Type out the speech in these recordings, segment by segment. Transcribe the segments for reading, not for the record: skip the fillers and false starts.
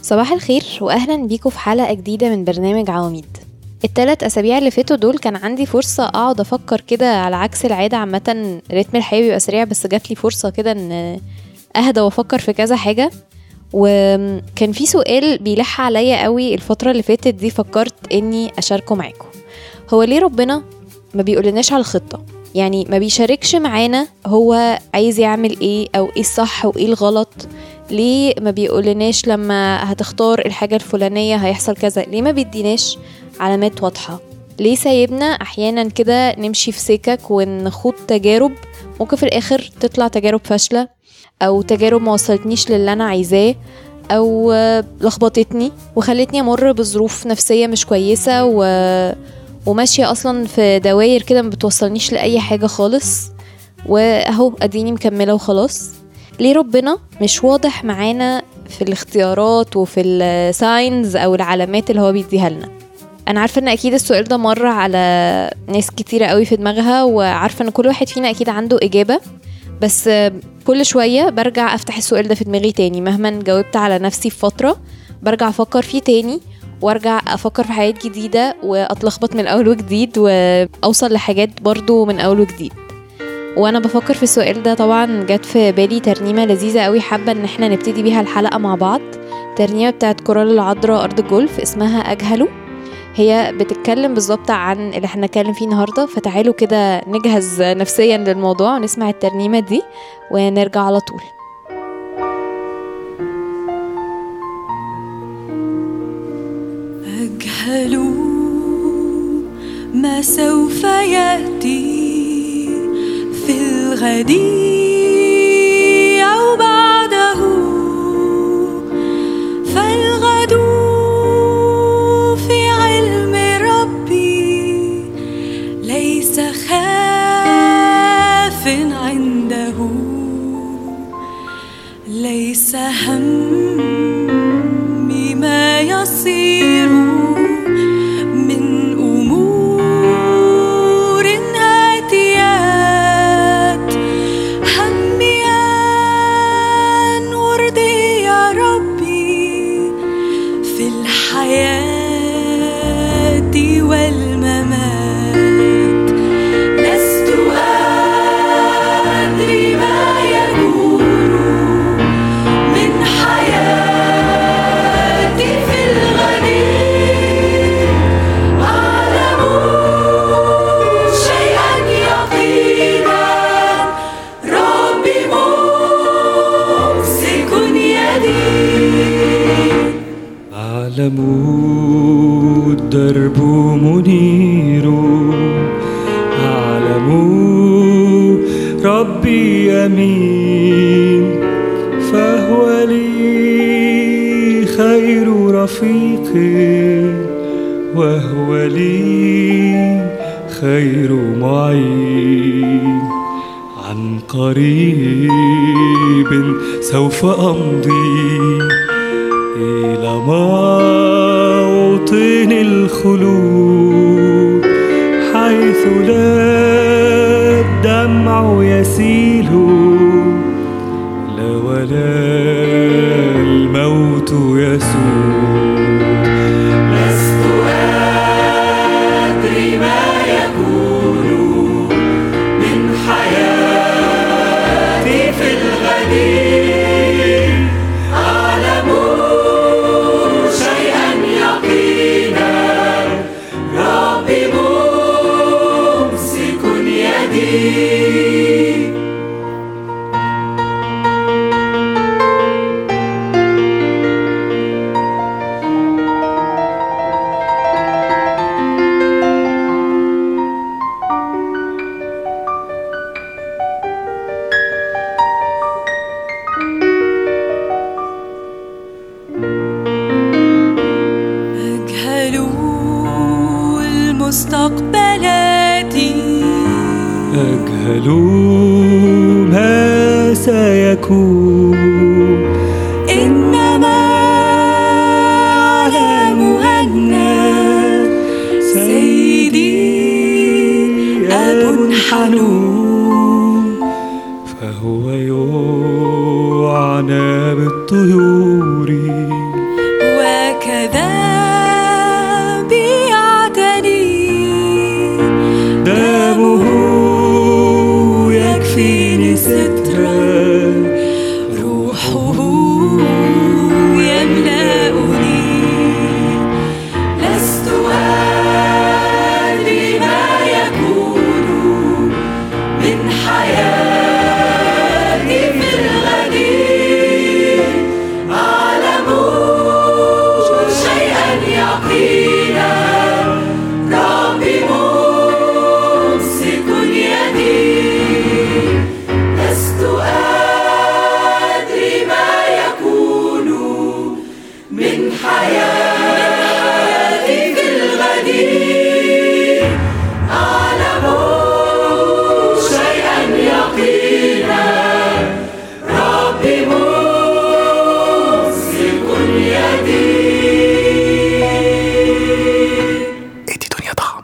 صباح الخير واهلا بيكم في حلقة جديدة من برنامج عواميد. ال3 أسابيع اللي فاتوا دول كان عندي فرصة اقعد افكر كده على عكس العادة. عامة رتم الحياة بيبقى سريع، بس جات لي فرصة كده ان اهدى وافكر في كذا حاجة. وكان في سؤال بيلح عليا قوي الفترة اللي فاتت دي، فكرت اني اشاركه معاكم. هو ليه ربنا ما بيقولناش على الخطة؟ يعني ما بيشاركش معانا هو عايز يعمل ايه او ايه الصح وايه الغلط؟ ليه ما بيقولناش لما هتختار الحاجة الفلانية هيحصل كذا؟ ليه ما بيديناش علامات واضحة؟ ليه سايبنا احيانا كده نمشي في سكك ونخوض تجارب ممكن في الاخر تطلع تجارب فاشلة، او تجارب ما وصلتنيش للي انا عايزاه، او لخبطتني وخلتني امر بظروف نفسية مش كويسة وماشية اصلا في دواير كده ما بتوصلنيش لأي حاجة خالص، واهو اديني مكملة وخلاص؟ ليه ربنا مش واضح معانا في الاختيارات وفي الساينز او العلامات اللي هو بيديها لنا؟ انا عارفة ان اكيد السؤال ده مر على ناس كتيرة قوي في دماغها، وعارفة ان كل واحد فينا اكيد عنده اجابة، بس كل شوية برجع افتح السؤال ده في دماغي تاني. مهما جاوبت على نفسي في فترة برجع افكر فيه تاني، وارجع افكر في حاجات جديدة واتلخبط من اول وجديد، واوصل لحاجات برضو من اول وجديد. وانا بفكر في السؤال ده طبعا جت في بالي ترنيمة لذيذة قوي، حابة ان احنا نبتدي بيها الحلقة مع بعض. ترنيمة بتاعت كورال العذراء ارض الجولف اسمها اجهله. هي بتتكلم بالظبط عن اللي احنا نتكلم فيه النهاردة، فتعالوا كده نجهز نفسيا للموضوع ونسمع الترنيمة دي ونرجع على طول. أجهل ما سوف يأتي في الغد أو بعده، فالغد في علم ربي ليس خاف عنده، ليس همي ما يصير من أمور هاتيات، همي أن أرضي يا ربي في الحياة والممات. لست أدري ما يكون من حياتي في الغد، أعلم شيئا يقينا ربي ممسك يدي. أعلم الدرب منير، أعلم ربي يمين، فهو لي خير رفيق وهو لي خير معين. عن قريب سوف أمضي إلى موطن الخلود، حيث لا الدمع يسيل لا ولا الموت يسود. لست أدري ما يكون من حياتي في الغد، أعلم شيئا يقينا ربي ممسك يدي. أجهل المستقبلات، أجهل ما سيكون، إنما أعلم أن سيدي أب حنون، فهو يعنى بالطيور حياتي في الغدير أعلم شيئا يقينا ربي ممسك يدي. ادي دنيا طعم.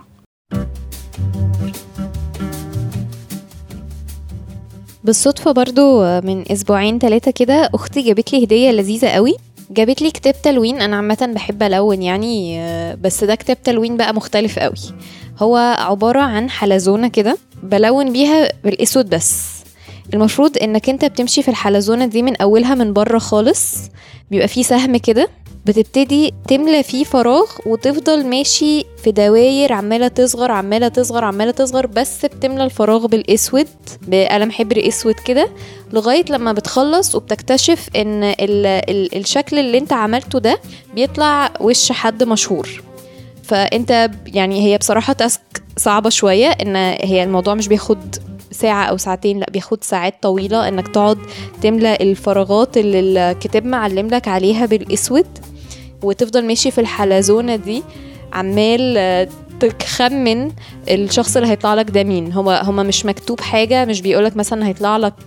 بالصدفة برضو من أسبوعين 3 كده أختي جابت لي هدية لذيذة قوي. جابت لي كتاب تلوين. أنا عامة بحب ألون يعني، بس ده كتاب تلوين بقى مختلف قوي. هو عبارة عن حلزونة كده بلون بيها بالأسود بس. المفروض إنك أنت بتمشي في الحلزونة دي من أولها من بره خالص، بيبقى فيه سهم كده بتبتدي تملى فيه فراغ وتفضل ماشي في دواير عمالة تصغر عمالة تصغر عمالة تصغر، بس بتملى الفراغ بالاسود بقلم حبر اسود كده لغاية لما بتخلص وبتكتشف ان الشكل اللي انت عملته ده بيطلع وش حد مشهور. فانت يعني هي بصراحة تاسك صعبة شوية، ان هي الموضوع مش بياخد ساعة أو ساعتين، لا بياخد ساعات طويلة إنك تقعد تملى الفراغات اللي الكتاب معلم لك عليها بالأسود، وتفضل ماشي في الحلزونة دي عمال تخمن الشخص اللي هيطلع لك ده مين. هما مش مكتوب حاجة، مش بيقولك مثلا هيطلع لك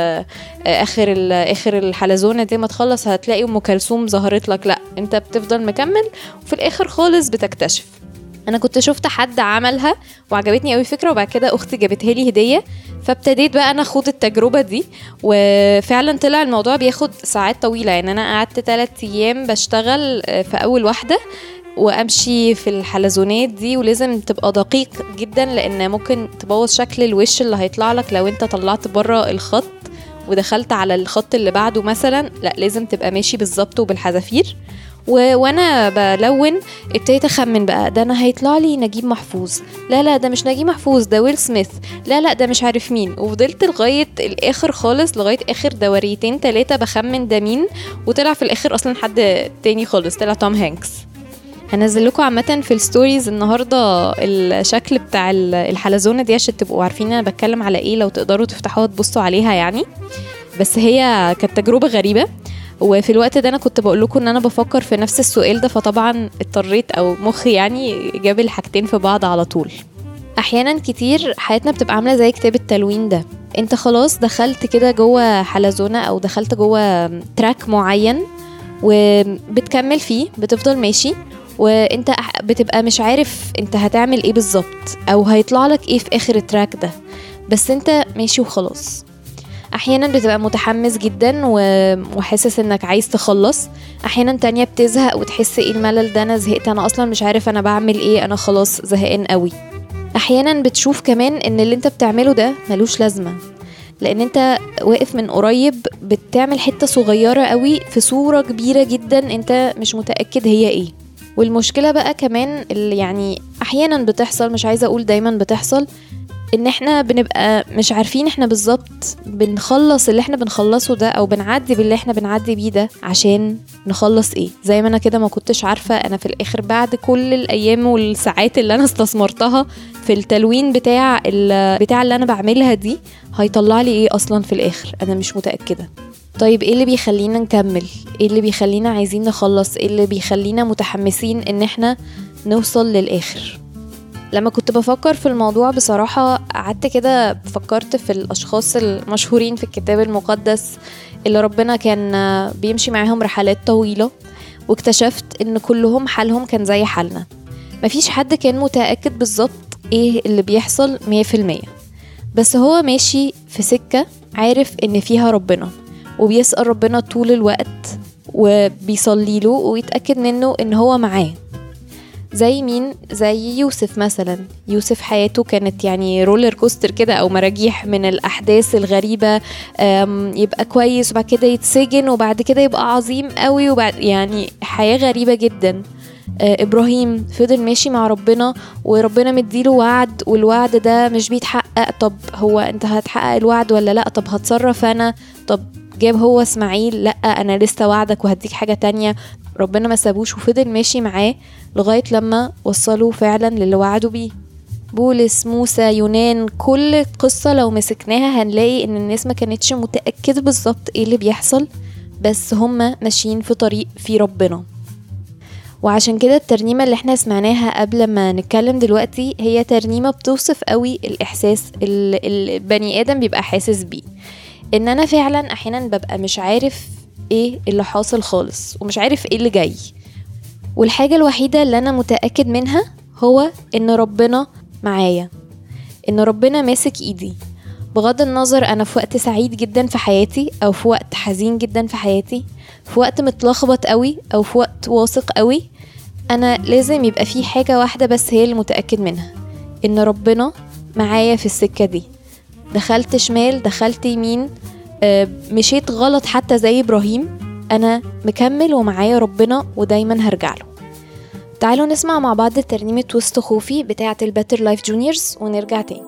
آخر الحلزونة دي ما تخلص هتلاقي أم كلثوم ظهرت لك، لا انت بتفضل مكمل وفي الآخر خالص بتكتشف. انا كنت شفت حد عملها وعجبتني قوي فكره، وبعد كده اختي جابتها لي هديه، فابتديت بقى انا اخد التجربه دي، وفعلا طلع الموضوع بياخد ساعات طويله. يعني انا قعدت 3 ايام بشتغل في اول واحده وامشي في الحلزونات دي، ولازم تبقى دقيق جدا لان ممكن تبوظ شكل الوش اللي هيطلع لك لو انت طلعت بره الخط ودخلت على الخط اللي بعده مثلا. لا لازم تبقى ماشي بالظبط وبالحذافير. وانا بلون ابتديت اخمن بقى، ده انا هيطلع لي نجيب محفوظ، لا ده مش نجيب محفوظ، ده ويل سميث، لا ده مش عارف مين. وفضلت لغايه الاخر خالص، لغايه اخر دوريتين 3 بخمن ده مين، وطلع في الاخر اصلا حد تاني خالص، طلع توم هانكس. هنزل لكم عامه في الستوريز النهارده الشكل بتاع الحلزونه دي عشان تبقوا عارفين انا بتكلم على ايه، لو تقدروا تفتحوها تبصوا عليها يعني. بس هي كانت تجربه غريبه، وفي الوقت ده انا كنت بقول لكم ان انا بفكر في نفس السؤال ده، فطبعا اضطريت او مخي يعني جاب الحاجتين في بعض على طول. احيانا كتير حياتنا بتبقى عامله زي كتاب التلوين ده، انت خلاص دخلت كده جوه حلزونه او دخلت جوه تراك معين وبتكمل فيه، بتفضل ماشي وانت بتبقى مش عارف انت هتعمل ايه بالظبط او هيطلع لك ايه في اخر التراك ده، بس انت ماشي وخلاص. احيانا بتبقى متحمس جدا وحاسس انك عايز تخلص، احيانا تانية بتزهق وتحس ايه الملل ده، انا زهقت، انا اصلا مش عارف انا بعمل ايه، انا خلاص زهقان قوي. احيانا بتشوف كمان ان اللي انت بتعمله ده ملوش لازمة، لان انت واقف من قريب بتعمل حتة صغيرة قوي في صورة كبيرة جدا انت مش متأكد هي ايه. والمشكلة بقى كمان اللي يعني احيانا بتحصل، مش عايزة اقول دايما بتحصل، ان احنا بنبقى مش عارفين احنا بالظبط بنخلص اللي احنا بنخلصه ده او بنعدي باللي احنا بنعدي بيه ده عشان نخلص ايه. زي ما انا كده ما كنتش عارفة انا في الاخر بعد كل الايام والساعات اللي انا استثمرتها في التلوين بتاع اللي انا بعملها دي هيطلع لي ايه اصلا في الاخر، انا مش متأكدة. طيب ايه اللي بيخلينا نكمل؟ ايه اللي بيخلينا عايزين نخلص؟ ايه اللي بيخلينا متحمسين ان احنا نوصل للاخر؟ لما كنت بفكر في الموضوع بصراحة قعدت كده فكرت في الأشخاص المشهورين في الكتاب المقدس اللي ربنا كان بيمشي معاهم رحلات طويلة، واكتشفت إن كلهم حالهم كان زي حالنا. مفيش حد كان متأكد بالظبط إيه اللي بيحصل 100%، بس هو ماشي في سكة عارف إن فيها ربنا وبيسأل ربنا طول الوقت وبيصلي له ويتأكد منه إن هو معاه. زي مين؟ زي يوسف مثلا. يوسف حياته كانت يعني رولر كوستر كده او مراجيح من الاحداث الغريبة، يبقى كويس وبعد كده يتسجن وبعد كده يبقى عظيم قوي وبعد يعني حياة غريبة جدا. ابراهيم فضل ماشي مع ربنا وربنا مديله وعد والوعد ده مش بيتحقق، طب هو انت هتحقق الوعد ولا لا؟ طب هتصرف انا؟ طب جاب هو اسماعيل، لا انا لسه وعدك وهديك حاجة تانية. ربنا ما سابوش وفضل ماشي معاه لغاية لما وصلوا فعلا للي وعدوا بيه. بولس، موسى، يونان، كل قصة لو مسكناها هنلاقي ان الناس ما كانتش متأكدة بالظبط ايه اللي بيحصل، بس هم ماشيين في طريق في ربنا. وعشان كده الترنيمة اللي احنا سمعناها قبل ما نتكلم دلوقتي هي ترنيمة بتوصف قوي الإحساس اللي البني آدم بيبقى حاسس بيه، إن أنا فعلا أحيانا ببقى مش عارف إيه اللي حاصل خالص ومش عارف إيه اللي جاي، والحاجة الوحيدة اللي أنا متأكد منها هو إن ربنا معايا، إن ربنا ماسك إيدي. بغض النظر أنا في وقت سعيد جدا في حياتي أو في وقت حزين جدا في حياتي، في وقت متلخبط قوي أو في وقت واثق قوي، أنا لازم يبقى في حاجة واحدة بس هي اللي متأكد منها، إن ربنا معايا في السكة دي. دخلت شمال، دخلت يمين، مشيت غلط حتى زي إبراهيم، أنا مكمل ومعايا ربنا ودايما هرجع له. تعالوا نسمع مع بعض ترنيمة وسط خوفي بتاعة الباتر لايف جونيورز ونرجع تاني.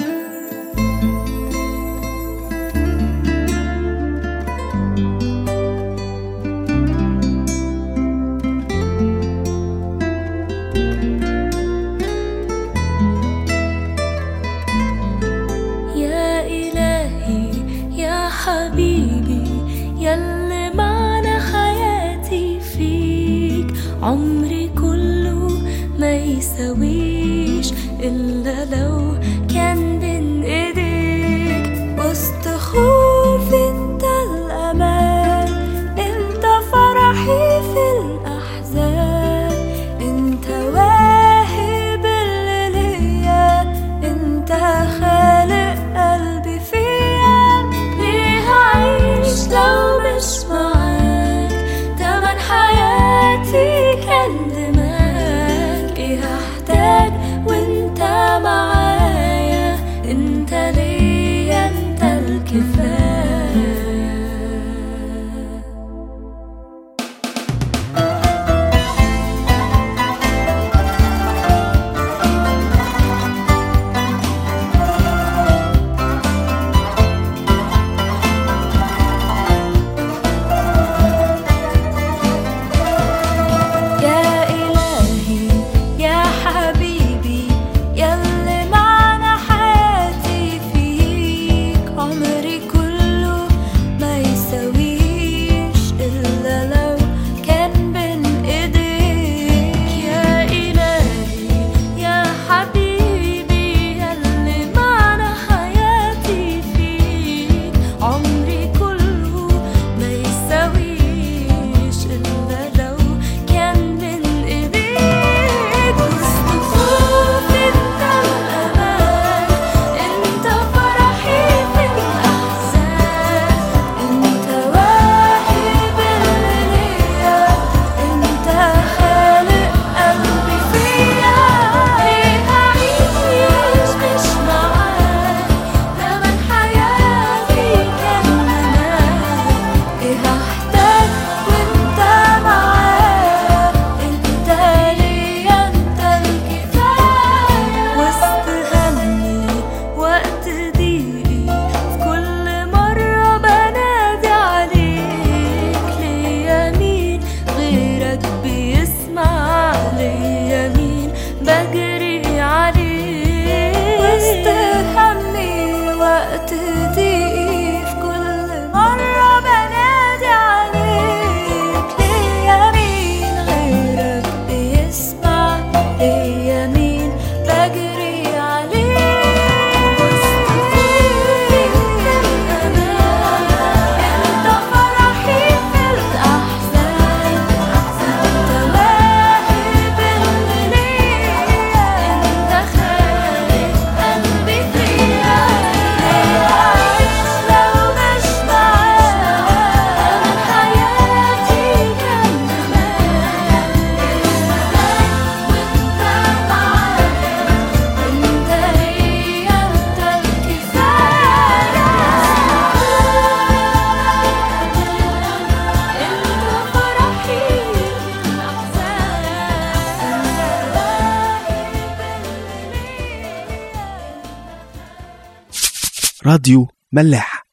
عمري كله ما يسويش إلا لو كان بين إيديك. وسط خوفي انت الأمان، انت فرحي في الأحزان، انت واهب اللي ليا، انت خالق قلبي فيا. ليه هعيش لو مش معاك؟ تمن حياتي كان دماغ. ايه هحتاج وانت معايا؟ انت ليا، انت الكفاية. راديو ملاح.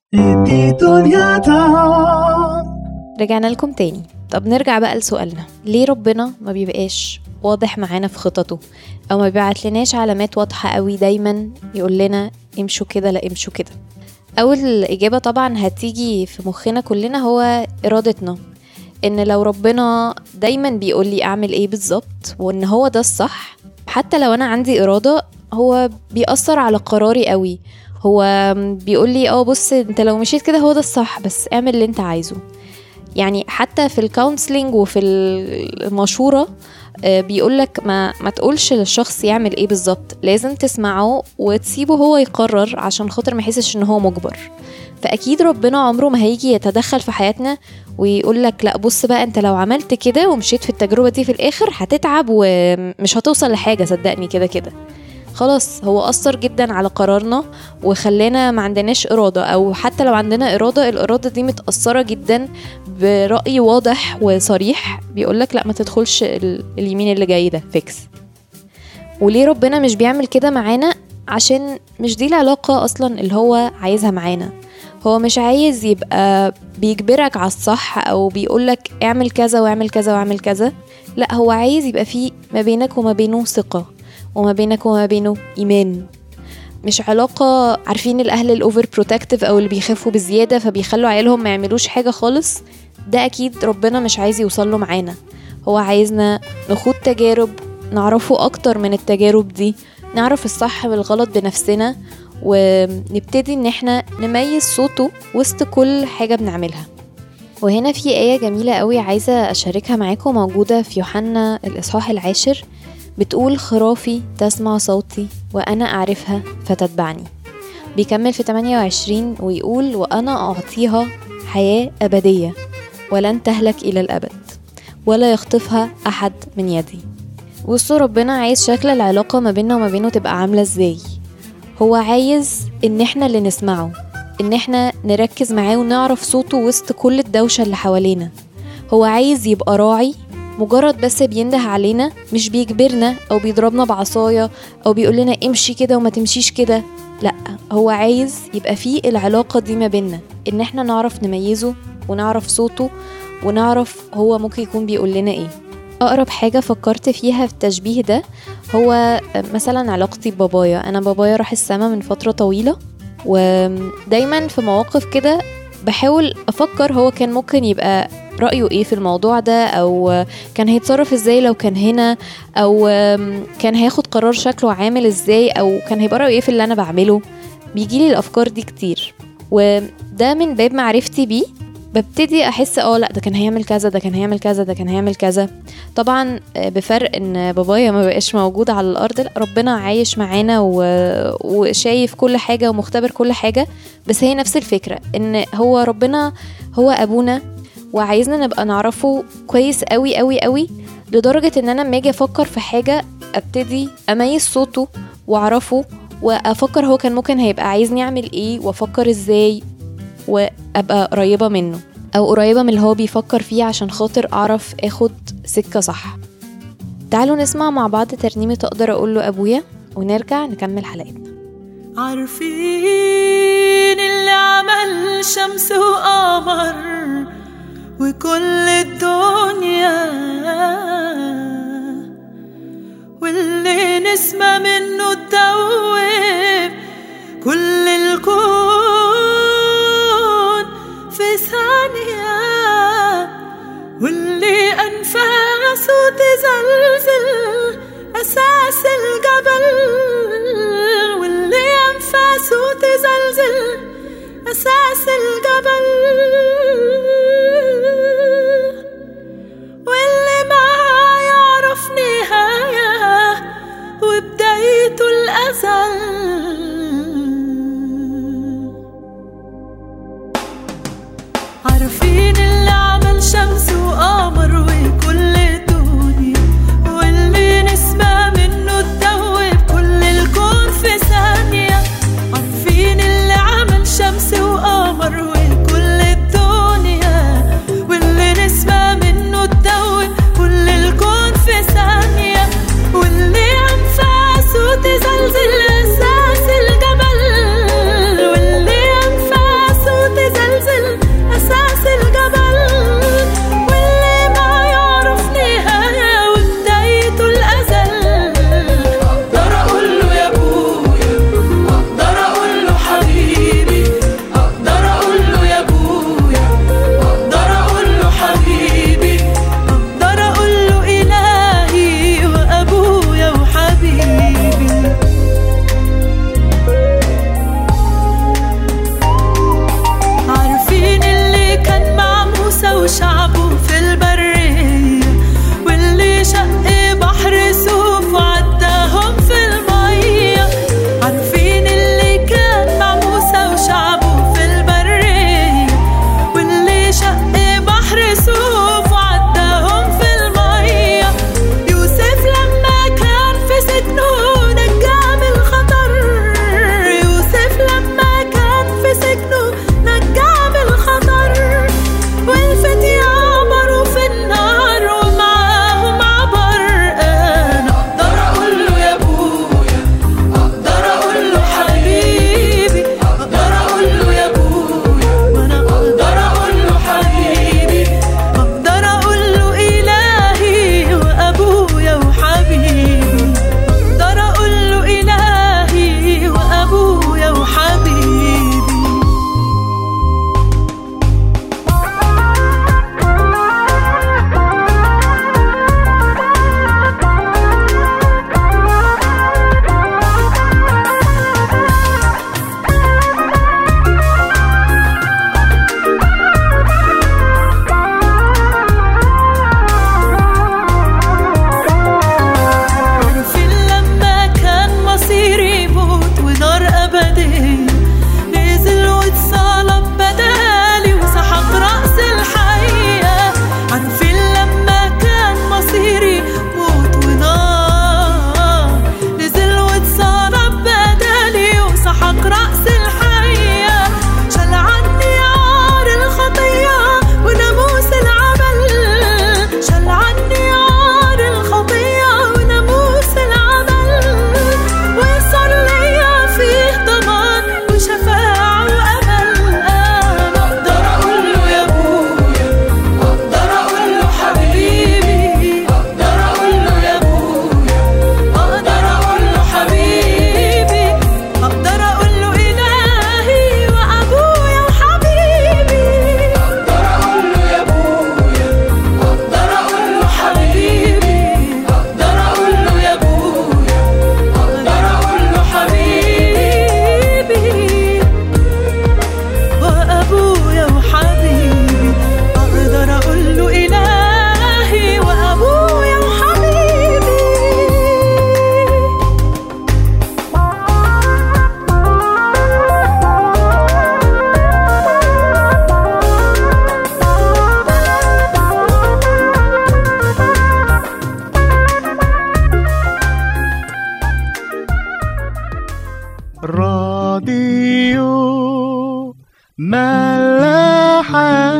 رجعنا لكم تاني. طب نرجع بقى لسؤالنا، ليه ربنا ما بيبقاش واضح معانا في خططه، او ما بيبعت لناش علامات واضحة قوي دايما يقول لنا امشوا كده لا امشوا كده؟ اول اجابة طبعا هتيجي في مخنا كلنا هو ارادتنا. ان لو ربنا دايما بيقول لي اعمل ايه بالظبط وان هو ده الصح، حتى لو انا عندي إرادة هو بيأثر على قراري قوي. هو بيقول لي بص انت لو مشيت كده هو ده الصح، بس اعمل اللي انت عايزه. يعني حتى في الكونسلينج وفي المشورة بيقولك ما تقولش للشخص يعمل ايه بالظبط، لازم تسمعه وتسيبه هو يقرر عشان خاطر ما يحسش ان هو مجبر. فأكيد ربنا عمره ما هيجي يتدخل في حياتنا ويقولك لا بص بقى انت لو عملت كده ومشيت في التجربة دي في الآخر هتتعب ومش هتوصل لحاجة، صدقني كده كده. خلاص هو أثر جدا على قرارنا وخلانا ما عندناش إرادة، أو حتى لو عندنا إرادة الإرادة دي متأثرة جدا برأي واضح وصريح بيقولك لا ما تدخلش اليمين اللي جاي ده فيكس. وليه ربنا مش بيعمل كده معانا؟ عشان مش دي العلاقة أصلا اللي هو عايزها معانا. هو مش عايز يبقى بيجبرك على الصح أو بيقولك اعمل كذا واعمل كذا واعمل كذا، لا هو عايز يبقى فيه ما بينك وما بينه ثقة وما بينك وما بينه إيمان. مش علاقة عارفين الأهل الأوفر بروتكتيف أو اللي بيخافوا بزيادة فبيخلوا عيالهم ما يعملوش حاجة خالص. ده أكيد ربنا مش عايز يوصله معانا. هو عايزنا نخوض تجارب، نعرفه أكتر من التجارب دي، نعرف الصح والغلط بنفسنا، ونبتدي ان احنا نميز صوته وسط كل حاجة بنعملها. وهنا في آية جميلة قوي عايزة أشاركها معاكم، موجودة في يوحنا الإصحاح 10، بتقول خرافي تسمع صوتي وأنا أعرفها فتتبعني. بيكمل في 28 ويقول وأنا أعطيها حياة أبدية ولن تهلك إلى الأبد ولا يخطفها أحد من يدي. وصوا ربنا عايز شكل العلاقة ما بيننا وما بينه تبقى عاملة ازاي. هو عايز ان احنا اللي نسمعه، ان احنا نركز معاه ونعرف صوته وسط كل الدوشة اللي حوالينا. هو عايز يبقى راعي مجرد بس بينده علينا، مش بيجبرنا او بيضربنا بعصاية او بيقول لنا امشي كده وما تمشيش كده. لا، هو عايز يبقى فيه العلاقة دي ما بيننا، ان احنا نعرف نميزه ونعرف صوته ونعرف هو ممكن يكون بيقول لنا ايه. أقرب حاجة فكرت فيها في التشبيه ده هو مثلا علاقتي ببابايا. أنا بابايا راح السما من فترة طويلة، ودايما في مواقف كده بحاول أفكر هو كان ممكن يبقى رأيه إيه في الموضوع ده، أو كان هيتصرف إزاي لو كان هنا، أو كان هياخد قرار شكله عامل إزاي، أو كان هيبقى رأيه إيه في اللي أنا بعمله. بيجيلي الأفكار دي كتير، وده من باب معرفتي بيه ببتدي احس لا ده كان هيعمل كذا، ده كان هيعمل كذا، ده كان هيعمل كذا. طبعا بفرق ان بابايا ما بقاش موجود على الارض، لا ربنا عايش معانا وشايف كل حاجة ومختبر كل حاجة. بس هي نفس الفكرة، ان هو ربنا هو ابونا وعايزنا نبقى نعرفه كويس قوي قوي قوي، لدرجة ان انا لما اجي افكر في حاجة ابتدي اميز صوته واعرفه، وافكر هو كان ممكن هيبقى عايزني اعمل ايه وافكر ازاي، وابقى قريبة منه او قريبة من اللي هو بيفكر فيه عشان خاطر اعرف اخد سكة صح. تعالوا نسمع مع بعض ترنيمة اقدر اقول له ابويا ونرجع نكمل حلقتنا. عارفين اللي عمل شمس وقمر وكل الدنيا، واللي نسمع منه تدوب كل الكون في ثانية، واللي أنفاسه تزلزل أساس الجبل، واللي أنفاسه تزلزل أساس الجبل، واللي ما يعرف نهاية وبدايته الأزل. عارفين اللي عمل شمس وقمر وكل الدنيا، واللي نسمع منه تدوب كل الكون في ثانية. عارفين اللي عمل شمس وقمر وكل الدنيا، واللي نسمع منه تدوب كل الكون في ثانية، واللي أنفاسه تزلزل أساس ملاحة.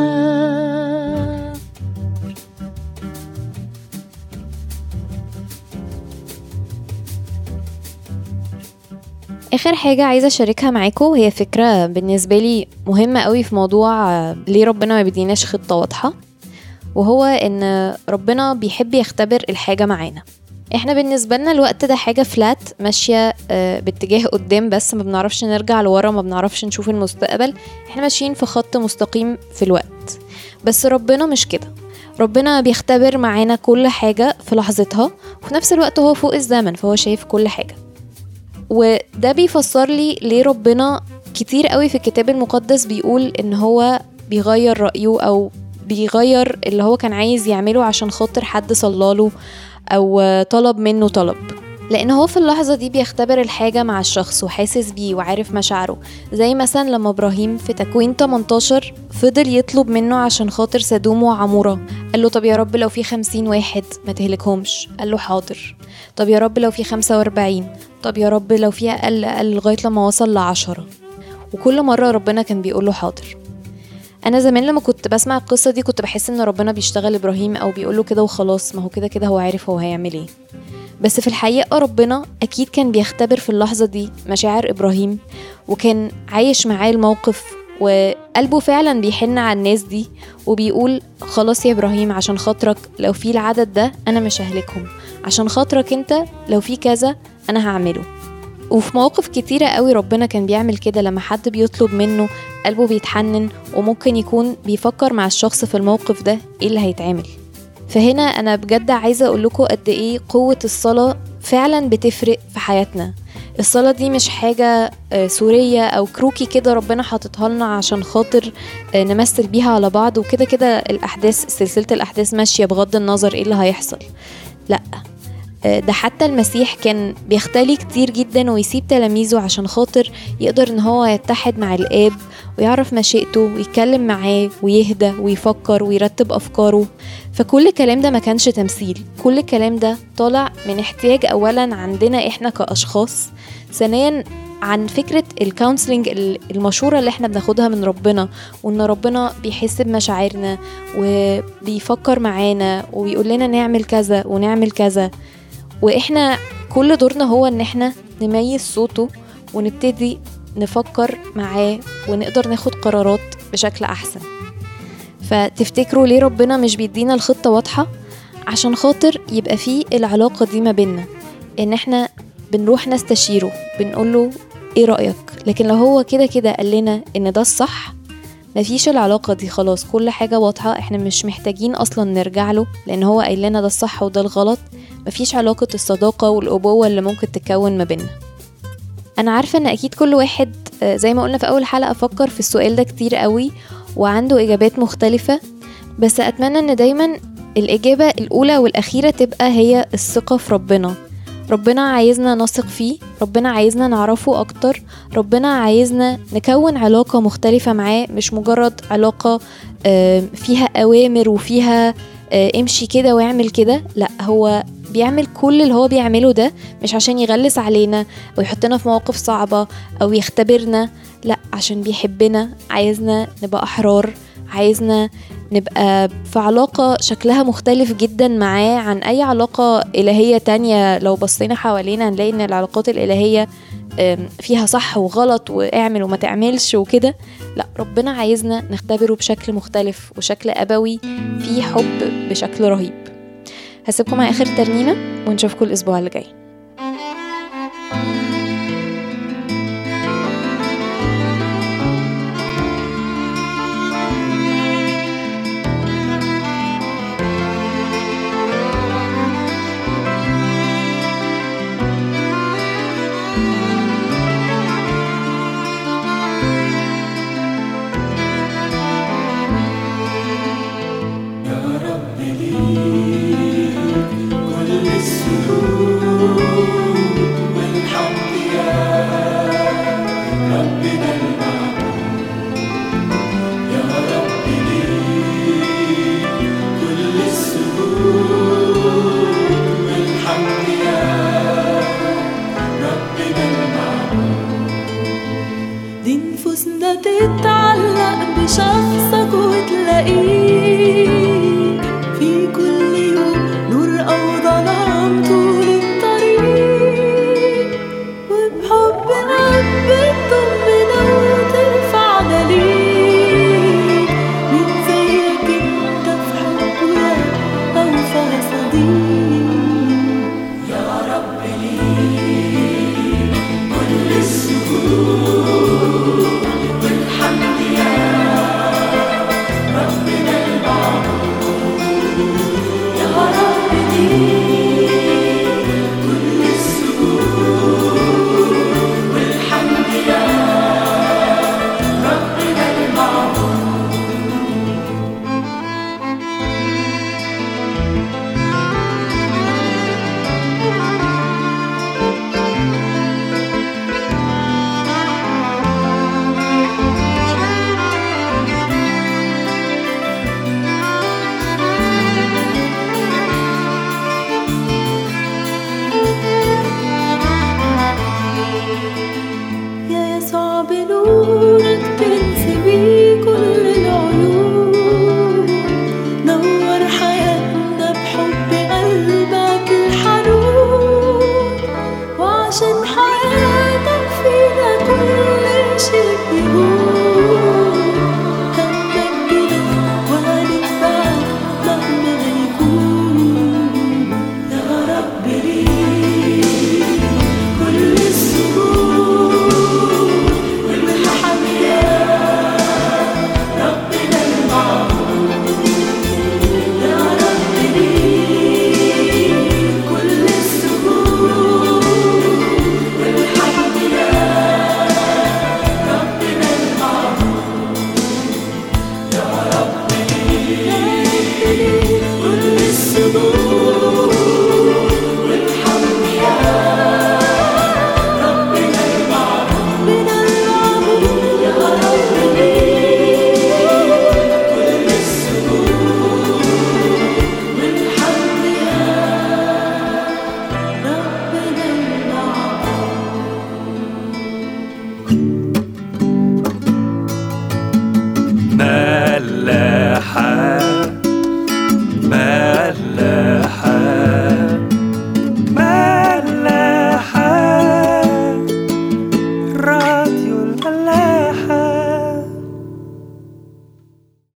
اخر حاجة عايزة اشاركها معاكم هي فكرة بالنسبة لي مهمة قوي في موضوع ليه ربنا ما بيديناش خطة واضحة، وهو ان ربنا بيحب يختبر الحاجة معانا. احنا بالنسبة لنا الوقت ده حاجة فلات ماشية باتجاه قدام، بس ما بنعرفش نرجع لورا، ما بنعرفش نشوف المستقبل، احنا ماشيين في خط مستقيم في الوقت. بس ربنا مش كده، ربنا بيختبر معانا كل حاجة في لحظتها، وفي نفس الوقت هو فوق الزمن فهو شايف كل حاجة. وده بيفسر لي ليه ربنا كتير قوي في الكتاب المقدس بيقول ان هو بيغير رأيه او بيغير اللي هو كان عايز يعمله عشان خاطر حد صلاله او طلب منه طلب، لان هو في اللحظة دي بيختبر الحاجة مع الشخص وحاسس بيه وعارف مشاعره. زي مثلا لما ابراهيم في تكوين 18 فضل يطلب منه عشان خاطر سدوم وعمورة، قال له طب يا رب لو في 50 واحد ما تهلكهمش، قال له حاضر. طب يا رب لو في 45، طب يا رب لو في أقل لغاية لما وصل ل10. وكل مرة ربنا كان بيقول له حاضر. أنا زمان لما كنت بسمع القصة دي كنت بحس إن ربنا بيشتغل إبراهيم أو بيقول له كده وخلاص، ما هو كده كده هو عارف هو هيعمل إيه. بس في الحقيقة ربنا أكيد كان بيختبر في اللحظة دي مشاعر إبراهيم، وكان عايش معاه الموقف، وقلبه فعلا بيحن على الناس دي، وبيقول خلاص يا إبراهيم عشان خاطرك لو في العدد ده أنا مش ههلكهم، عشان خاطرك أنت لو في كذا أنا هعمله. وفي مواقف كتيرة قوي ربنا كان بيعمل كده، لما حد بيطلب منه قلبه بيتحنن، وممكن يكون بيفكر مع الشخص في الموقف ده إيه اللي هيتعمل. فهنا أنا بجد عايزة أقول لكم قد إيه قوة الصلاة فعلا بتفرق في حياتنا. الصلاة دي مش حاجة سورية أو كروكي كده ربنا حاططها لنا عشان خاطر نمثل بيها على بعض، وكده كده الأحداث سلسلة الأحداث ماشية بغض النظر إيه اللي هيحصل. لأ، ده حتى المسيح كان بيختلي كتير جدا ويسيب تلاميذه عشان خاطر يقدر ان هو يتحد مع الآب ويعرف مشيئته ويتكلم معاه ويهدى ويفكر ويرتب أفكاره. فكل الكلام ده ما كانش تمثيل، كل الكلام ده طالع من احتياج أولا عندنا احنا كأشخاص، ثانيا عن فكرة الكونسلنج المشورة اللي احنا بناخدها من ربنا، وان ربنا بيحس بمشاعرنا وبيفكر معانا وبيقول لنا نعمل كذا ونعمل كذا، واحنا كل دورنا هو ان احنا نميز صوته ونبتدي نفكر معاه ونقدر ناخد قرارات بشكل احسن. فتفتكروا ليه ربنا مش بيدينا الخطة واضحة؟ عشان خاطر يبقى فيه العلاقة دي ما بيننا، ان احنا بنروح نستشيره بنقوله ايه رأيك، لكن لو هو كده كده قال لنا ان ده الصح مفيش العلاقة دي، خلاص كل حاجة واضحة، احنا مش محتاجين اصلا نرجع له لان هو قال لنا ده الصح وده الغلط. مفيش علاقة الصداقة والأبوة اللي ممكن تتكون ما بيننا. انا عارفة ان اكيد كل واحد زي ما قلنا في اول حلقة فكر في السؤال ده كتير قوي وعنده اجابات مختلفة، بس اتمنى ان دايما الاجابة الاولى والاخيرة تبقى هي الثقة في ربنا. ربنا عايزنا نثق فيه، ربنا عايزنا نعرفه اكتر، ربنا عايزنا نكون علاقة مختلفة معاه، مش مجرد علاقة فيها اوامر وفيها امشي كده واعمل كده. لا، هو بيعمل كل اللي هو بيعمله ده مش عشان يغلس علينا ويحطنا في مواقف صعبة او يختبرنا، لا، عشان بيحبنا، عايزنا نبقى احرار، عايزنا نبقى في علاقة شكلها مختلف جدا معاه عن أي علاقة إلهية تانية. لو بصينا حوالينا هنلاقي إن العلاقات الإلهية فيها صح وغلط واعمل وما تعملش وكده. لا، ربنا عايزنا نختبره بشكل مختلف وشكل أبوي فيه حب بشكل رهيب. هسيبكم مع آخر ترنيمة ونشوفكم الأسبوع اللي جاي.